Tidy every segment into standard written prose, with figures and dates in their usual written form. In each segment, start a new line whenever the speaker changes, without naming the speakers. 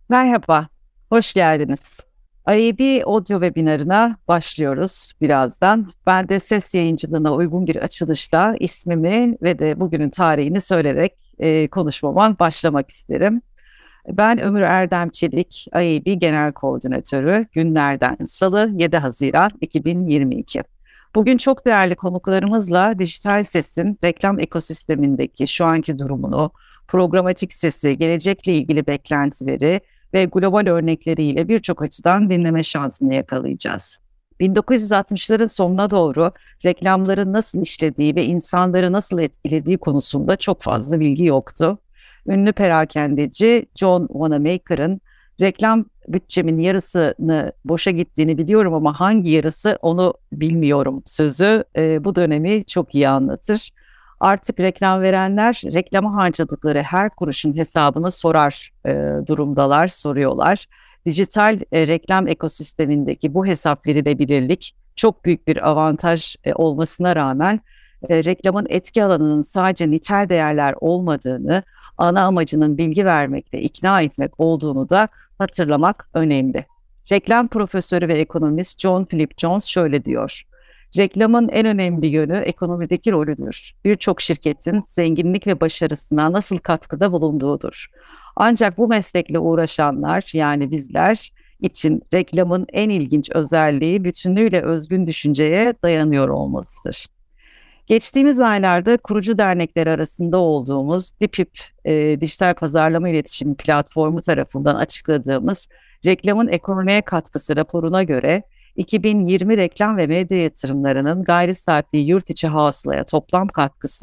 Merhaba, hoş geldiniz. IAB Audio Webinarına başlıyoruz birazdan. Ben de ses yayıncılığına uygun bir açılışta ismimi ve de bugünün tarihini söyleyerek konuşmama başlamak isterim. Ben Ömür Erdem Çelik, IAB Genel Koordinatörü, günlerden Salı 7 Haziran 2022. Bugün çok değerli konuklarımızla dijital sesin reklam ekosistemindeki şu anki durumunu, programatik sesi, gelecekle ilgili beklentileri ve global örnekleriyle birçok açıdan dinleme şansını yakalayacağız. 1960'ların sonuna doğru reklamların nasıl işlediği ve insanları nasıl etkilediği konusunda çok fazla bilgi yoktu. Ünlü perakendeci John Wanamaker'ın reklam bütçemin yarısını boşa gittiğini biliyorum ama hangi yarısı onu bilmiyorum sözü bu dönemi çok iyi anlatır. Artık reklam verenler reklama harcadıkları her kuruşun hesabını sorar durumdalar, soruyorlar. Dijital reklam ekosistemindeki bu hesap verilebilirlik çok büyük bir avantaj olmasına rağmen reklamın etki alanının sadece nitel değerler olmadığını, ana amacının bilgi vermek ve ikna etmek olduğunu da hatırlamak önemli. Reklam profesörü ve ekonomist John Philip Jones şöyle diyor: reklamın en önemli yönü ekonomideki rolüdür. Birçok şirketin zenginlik ve başarısına nasıl katkıda bulunduğudur. Ancak bu meslekle uğraşanlar, yani bizler için reklamın en ilginç özelliği bütünlüğüyle özgün düşünceye dayanıyor olmasıdır. Geçtiğimiz aylarda kurucu dernekler arasında olduğumuz DİPİP, Dijital Pazarlama İletişim Platformu tarafından açıkladığımız reklamın ekonomiye katkısı raporuna göre 2020 reklam ve medya yatırımlarının gayri saatli yurt içi hasılaya toplam katkısı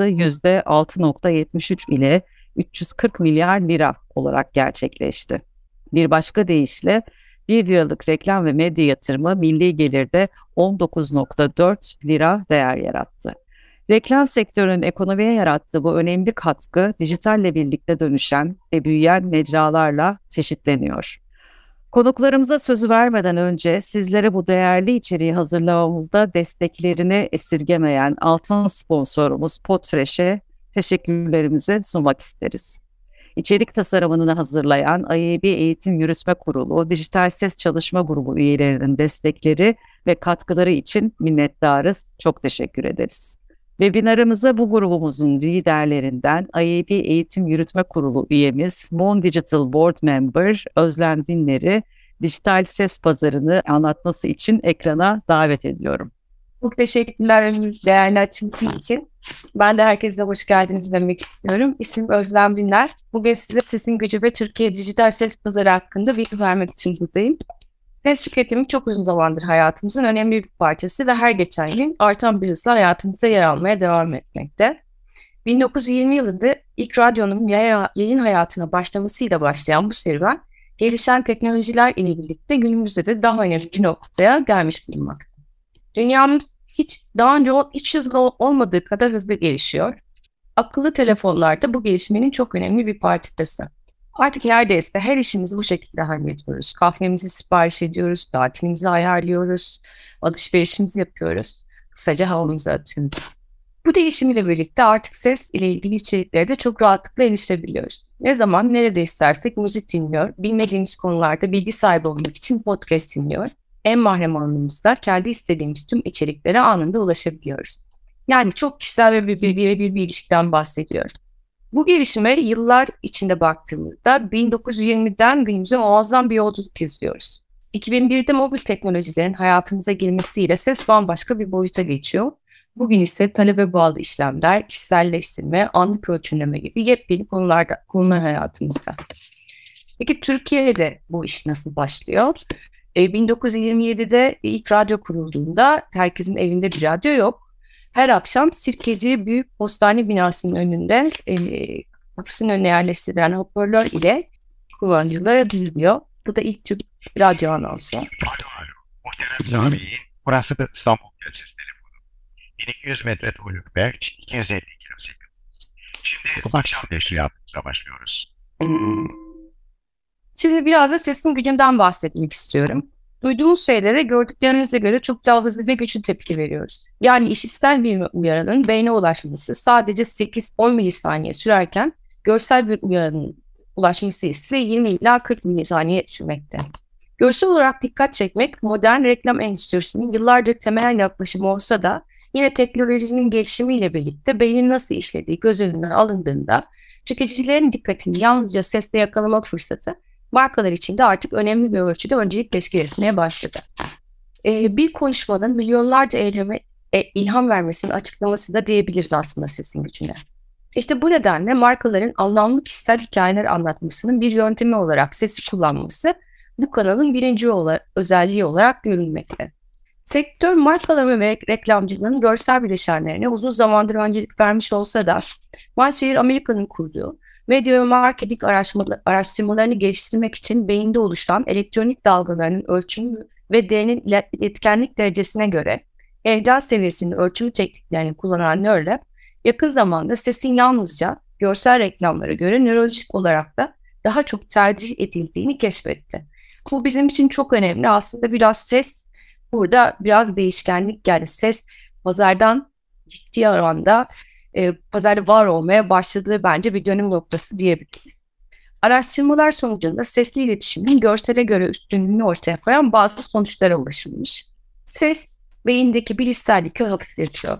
%6,73 ile 340 milyar lira olarak gerçekleşti. Bir başka deyişle 1 liralık reklam ve medya yatırımı milli gelirde 19,4 lira değer yarattı. Reklam sektörünün ekonomiye yarattığı bu önemli katkı dijitalle birlikte dönüşen ve büyüyen mecralarla çeşitleniyor. Konuklarımıza sözü vermeden önce sizlere bu değerli içeriği hazırlamamızda desteklerini esirgemeyen altın sponsorumuz Podfresh'e teşekkürlerimizi sunmak isteriz. İçerik tasarımını hazırlayan IAB Eğitim Yürütme Kurulu, Dijital Ses Çalışma Grubu üyelerinin destekleri ve katkıları için minnettarız. Çok teşekkür ederiz. Webinarımıza bu grubumuzun liderlerinden IAB Eğitim Yürütme Kurulu üyemiz, Moon Digital Board Member Özlem Dinler'i dijital ses pazarını anlatması için ekrana davet ediyorum.
Çok teşekkürler Ömür, değerli açılışın için. Ben de herkese hoş geldiniz demek istiyorum. İsmim Özlem Dinler. Bugün size sesin gücü ve Türkiye dijital ses pazarı hakkında bilgi vermek için buradayım. Ses tüketimi çok uzun zamandır hayatımızın önemli bir parçası ve her geçen yıl artan bir hızla hayatımıza yer almaya devam etmekte. 1920 yılında ilk radyonun yayın hayatına başlamasıyla başlayan bu serüven, gelişen teknolojiler ile birlikte günümüzde de daha önemli bir noktaya gelmiş bulunmakta. Dünyamız daha önce hiç hızlı olmadığı kadar hızlı gelişiyor. Akıllı telefonlar da bu gelişmenin çok önemli bir parçası. Artık neredeyse her işimizi bu şekilde hallediyoruz. Kahvemizi sipariş ediyoruz, tatilimizi ayarlıyoruz, alışverişimizi yapıyoruz. Kısaca havamızı atıyoruz. Bu değişimle birlikte artık ses ile ilgili içeriklere de çok rahatlıkla erişebiliyoruz. Ne zaman, nerede istersek müzik dinliyor, bilmediğimiz konularda bilgi sahibi olmak için podcast dinliyor. En mahrem alanımızda kendi istediğimiz tüm içeriklere anında ulaşabiliyoruz. Yani çok kişisel ve birebir bir ilişkiden bahsediyoruz. Bu gelişime yıllar içinde baktığımızda 1920'den günümüze muazzam bir yolculuk izliyoruz. 2001'de mobil teknolojilerin hayatımıza girmesiyle ses bambaşka bir boyuta geçiyor. Bugün ise talebe bağlı işlemler, kişiselleştirme, anlık ölçümleme gibi yepyeni konular hayatımızda. Peki Türkiye'de bu iş nasıl başlıyor? 1927'de ilk radyo kurulduğunda herkesin evinde bir radyo yok. Her akşam Sirkeci Büyük Postane binasının önünde kapısının önüne yerleştirilen hoparlör ile kullanıcılara duyuluyor. Bu da ilk Türk radyo anonsu.
Alo. Muhterem Sami, burası da İstanbul Telsiz telefonu. 1200 metre Ulukberk, 250 kilo sekund. Şimdi bu akşam teşkilatımıza başlıyoruz.
Şimdi biraz da sesin gücünden bahsetmek istiyorum. Duyduğumuz şeylere gördüklerinize göre çok daha hızlı ve güçlü tepki veriyoruz. Yani işitsel bir uyaranın beyne ulaşması sadece 8-10 milisaniye sürerken görsel bir uyaranın ulaşması ise 20 ila 40 milisaniye sürmekte. Görsel olarak dikkat çekmek modern reklam endüstrisinin yıllardır temel yaklaşımı olsa da yine teknolojinin gelişimiyle birlikte beynin nasıl işlediği göz önüne alındığında tüketicilerin dikkatini yalnızca sesle yakalamak fırsatı markalar için de artık önemli bir ölçüde öncelik teşkil etmeye başladı. Bir konuşmanın milyonlarca ilham vermesinin açıklaması da diyebiliriz aslında sesin gücüne. İşte bu nedenle markaların anlamlı kişisel hikayeler anlatmasının bir yöntemi olarak sesi kullanması bu kanalın birinci özelliği olarak görülmekte. Sektör markaları ve reklamcılığın görsel bileşenlerine uzun zamandır öncelik vermiş olsa da Mindshare Amerika'nın kurduğu medya ve marketing araştırmalarını geliştirmek için beyinde oluşan elektronik dalgaların ölçümü ve derinin etkenlik derecesine göre heyecan seviyesinin ölçümü tekniklerini kullanan NeuroLab, yakın zamanda sesin yalnızca görsel reklamlara göre nörolojik olarak da daha çok tercih edildiğini keşfetti. Bu bizim için çok önemli. Aslında biraz ses, burada biraz değişkenlik, yani ses pazardan ciddi oranda pazarda var olmaya başladığı bence bir dönüm noktası diyebiliriz. Araştırmalar sonucunda sesli iletişimin görsele göre üstünlüğünü ortaya koyan bazı sonuçlara ulaşılmış. Ses beyindeki bilişselliği hafifletiyor.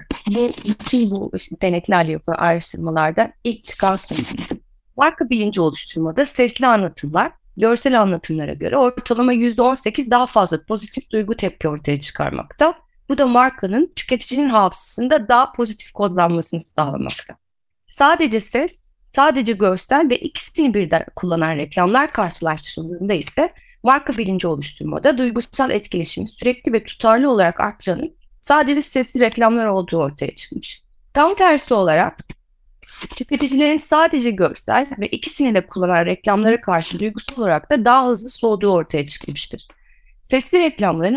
Bu deneklerle yapılan araştırmalarda ilk çıkan sonuç. Marka bilinci oluşturmada sesli anlatımlar görsel anlatımlara göre ortalama %18 daha fazla pozitif duygu tepki ortaya çıkarmakta. Bu da markanın tüketicinin hafızasında daha pozitif kodlanmasını sağlamakta. Sadece ses, sadece görsel ve ikisini birden kullanan reklamlar karşılaştırıldığında ise marka bilinci oluşturmada duygusal etkileşimi sürekli ve tutarlı olarak arttıranın sadece sesli reklamlar olduğu ortaya çıkmış. Tam tersi olarak tüketicilerin sadece görsel ve ikisini de kullanan reklamlara karşı duygusal olarak da daha hızlı soğuduğu ortaya çıkmıştır. Sesli reklamların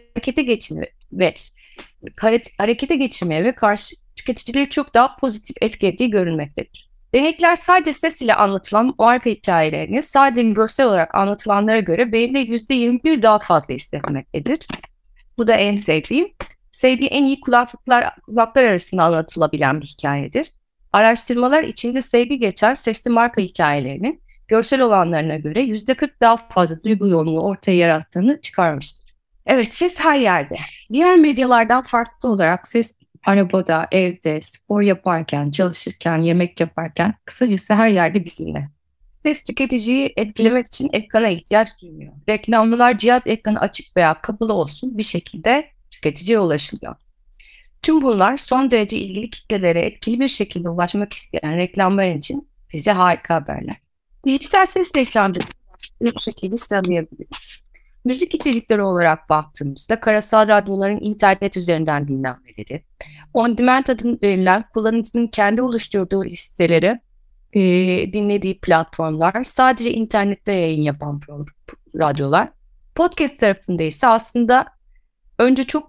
harekete geçirmeye ve karşı tüketicileri çok daha pozitif etkilediği görülmektedir. Denekler sadece ses ile anlatılan marka hikayelerini sadece görsel olarak anlatılanlara göre beyinde %21 daha fazla hissetmektedir. Bu da en sevdiğim en iyi kulaklar arasında anlatılabilen bir hikayedir. Araştırmalar içinde sevgi geçen sesli marka hikayelerinin görsel olanlarına göre %40 daha fazla duygu yoğunluğu ortaya yarattığını çıkarmıştır. Evet, ses her yerde. Diğer medyalardan farklı olarak ses arabada, evde, spor yaparken, çalışırken, yemek yaparken, kısacası her yerde bizimle. Ses tüketiciyi etkilemek için ekrana ihtiyaç duymuyor. Reklamlar cihaz ekranı açık veya kapalı olsun bir şekilde tüketiciye ulaşılıyor. Tüm bunlar son derece ilgili kitlelere etkili bir şekilde ulaşmak isteyen reklamlar için bize harika haberler. Dijital ses reklamcılığı bu şekilde sıralayabiliriz. Müzik içerikleri olarak baktığımızda karasal radyoların internet üzerinden dinlenmeleri, on-demand adını verilen kullanıcının kendi oluşturduğu listeleri dinlediği platformlar, sadece internette yayın yapan radyolar. Podcast tarafında ise aslında önce çok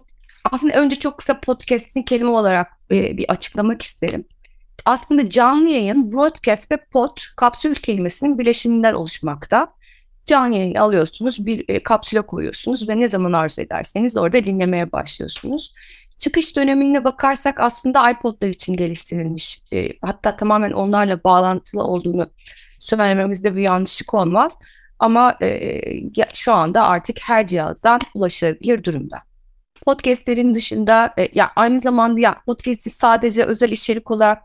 kısa podcast'in kelime olarak bir açıklamak isterim. Aslında canlı yayın, broadcast ve kapsül kelimesinin bileşiminden oluşmakta. Canlı yayın alıyorsunuz, bir kapsüle koyuyorsunuz ve ne zaman arzu ederseniz orada dinlemeye başlıyorsunuz. Çıkış dönemine bakarsak aslında iPod'lar için geliştirilmiş, hatta tamamen onlarla bağlantılı olduğunu söylememizde bir yanlışlık olmaz. Ama şu anda artık her cihazdan ulaşılabilir durumda. Podcastlerin dışında aynı zamanda podcast'i sadece özel içerik olarak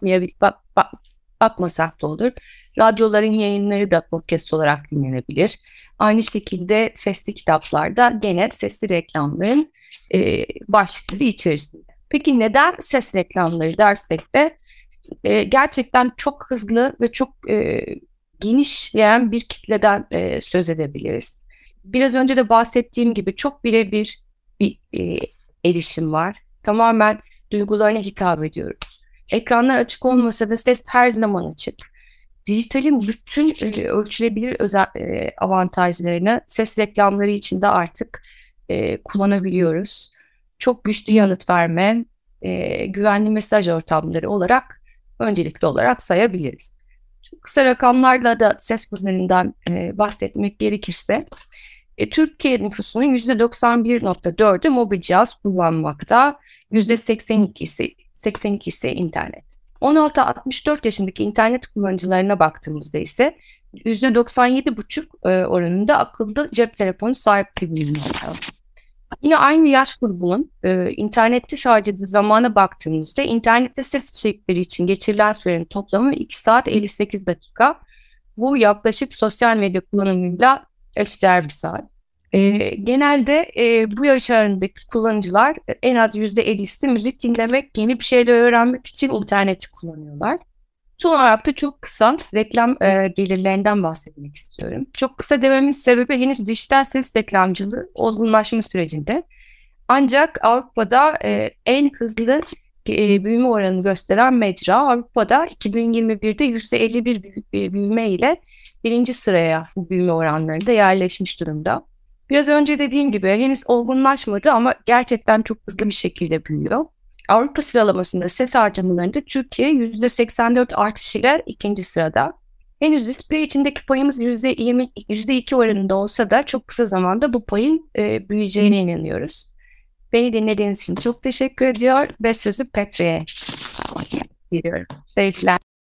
bakmasak da olur. Radyoların yayınları da podcast olarak dinlenebilir. Aynı şekilde sesli kitaplarda gene sesli reklamların başlıkları içerisinde. Peki neden ses reklamları dersek de gerçekten çok hızlı ve çok genişleyen bir kitleden söz edebiliriz. Biraz önce de bahsettiğim gibi çok birebir bir erişim var. Tamamen duygularına hitap ediyoruz. Ekranlar açık olmasa da ses her zaman açık. Dijitalin bütün ölçülebilir avantajlarını ses reklamları için de artık kullanabiliyoruz. Çok güçlü yanıt verme, güvenli mesaj ortamları olarak öncelikli olarak sayabiliriz. Çok kısa rakamlarla da ses pazarından bahsetmek gerekirse, Türkiye nüfusunun %91.4'ü mobil cihaz kullanmakta, %82'si internet. 16-64 yaşındaki internet kullanıcılarına baktığımızda ise %97,5 oranında akıllı cep telefonu sahibi bulunuyor. Yine aynı yaş grubunun internette harcadığı zamana baktığımızda internette ses içerikleri için geçirilen sürenin toplamı 2 saat 58 dakika. Bu yaklaşık sosyal medya kullanımıyla eşdeğer bir saat. Genelde bu yaş aralığındaki kullanıcılar en az %50'si müzik dinlemek, yeni bir şeyler öğrenmek için interneti kullanıyorlar. Son olarak da çok kısa reklam gelirlerinden bahsetmek istiyorum. Çok kısa dememin sebebi henüz dijital ses reklamcılığı olgunlaşma sürecinde. Ancak Avrupa'da en hızlı büyüme oranını gösteren mecra Avrupa'da 2021'de %51 bir büyüme ile birinci sıraya bu büyüme oranlarında yerleşmiş durumda. Biraz önce dediğim gibi henüz olgunlaşmadı ama gerçekten çok hızlı bir şekilde büyüyor. Avrupa sıralamasında ses harcamalarında Türkiye %84 artış ile ikinci sırada. Henüz display içindeki payımız %2 oranında olsa da çok kısa zamanda bu payın büyüyeceğine inanıyoruz. Beni dinlediğiniz için çok teşekkür ediyor ve sözü Petra'ya veriyorum. Sevgiler.